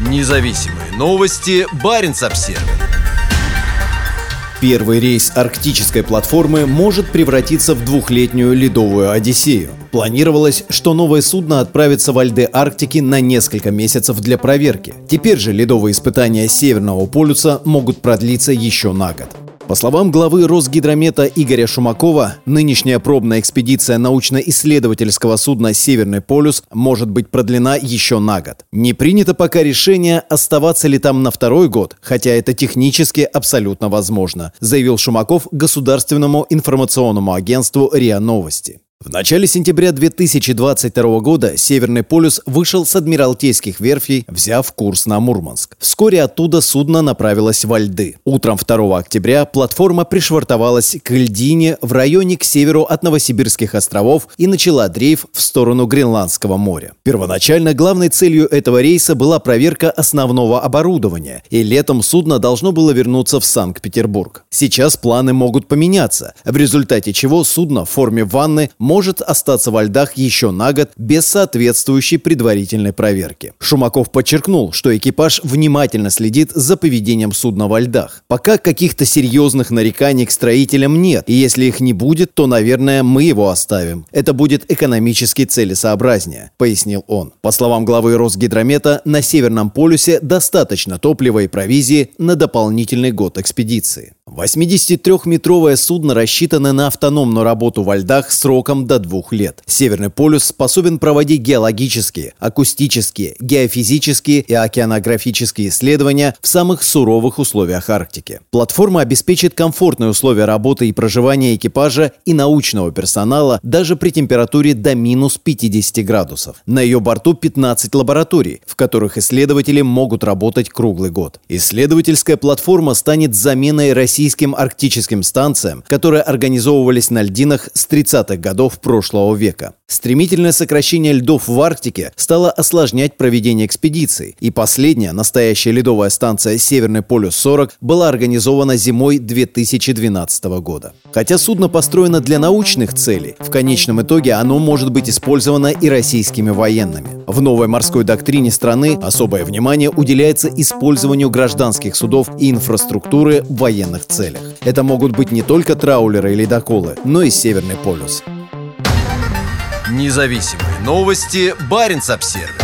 Независимые новости. Баренц-Обсервис. Первый рейс арктической платформы может превратиться в двухлетнюю ледовую одиссею. Планировалось, что новое судно отправится во льды Арктики на несколько месяцев для проверки. Теперь же ледовые испытания Северного полюса могут продлиться еще на год. По словам главы Росгидромета Игоря Шумакова, нынешняя пробная экспедиция научно-исследовательского судна «Северный полюс» может быть продлена еще на год. Не принято пока решение, оставаться ли там на второй год, хотя это технически абсолютно возможно, заявил Шумаков государственному информационному агентству РИА Новости. В начале сентября 2022 года «Северный полюс» вышел с Адмиралтейских верфей, взяв курс на Мурманск. Вскоре оттуда судно направилось во льды. Утром 2 октября платформа пришвартовалась к льдине в районе к северу от Новосибирских островов и начала дрейф в сторону Гренландского моря. Первоначально главной целью этого рейса была проверка основного оборудования, и летом судно должно было вернуться в Санкт-Петербург. Сейчас планы могут поменяться, в результате чего судно в форме ванны может остаться во льдах еще на год без соответствующей предварительной проверки. Шумаков подчеркнул, что экипаж внимательно следит за поведением судна во льдах. Пока каких-то серьезных нареканий к строителям нет, и если их не будет, то, наверное, мы его оставим. Это будет экономически целесообразнее, пояснил он. По словам главы Росгидромета, на Северном полюсе достаточно топлива и провизии на дополнительный год экспедиции. 83-метровое судно рассчитано на автономную работу во льдах сроком до 2 лет. Северный полюс способен проводить геологические, акустические, геофизические и океанографические исследования в самых суровых условиях Арктики. Платформа обеспечит комфортные условия работы и проживания экипажа и научного персонала даже при температуре до минус 50 градусов. На ее борту 15 лабораторий, в которых исследователи могут работать круглый год. Исследовательская платформа станет заменой российским арктическим станциям, которые организовывались на льдинах с 30-х годов прошлого века. Стремительное сокращение льдов в Арктике стало осложнять проведение экспедиций, и последняя, настоящая ледовая станция «Северный полюс-40» была организована зимой 2012 года. Хотя судно построено для научных целей, в конечном итоге оно может быть использовано и российскими военными. В новой морской доктрине страны особое внимание уделяется использованию гражданских судов и инфраструктуры в военных целях. Это могут быть не только траулеры и ледоколы, но и Северный полюс. Независимые новости. Баренц-Обсервис.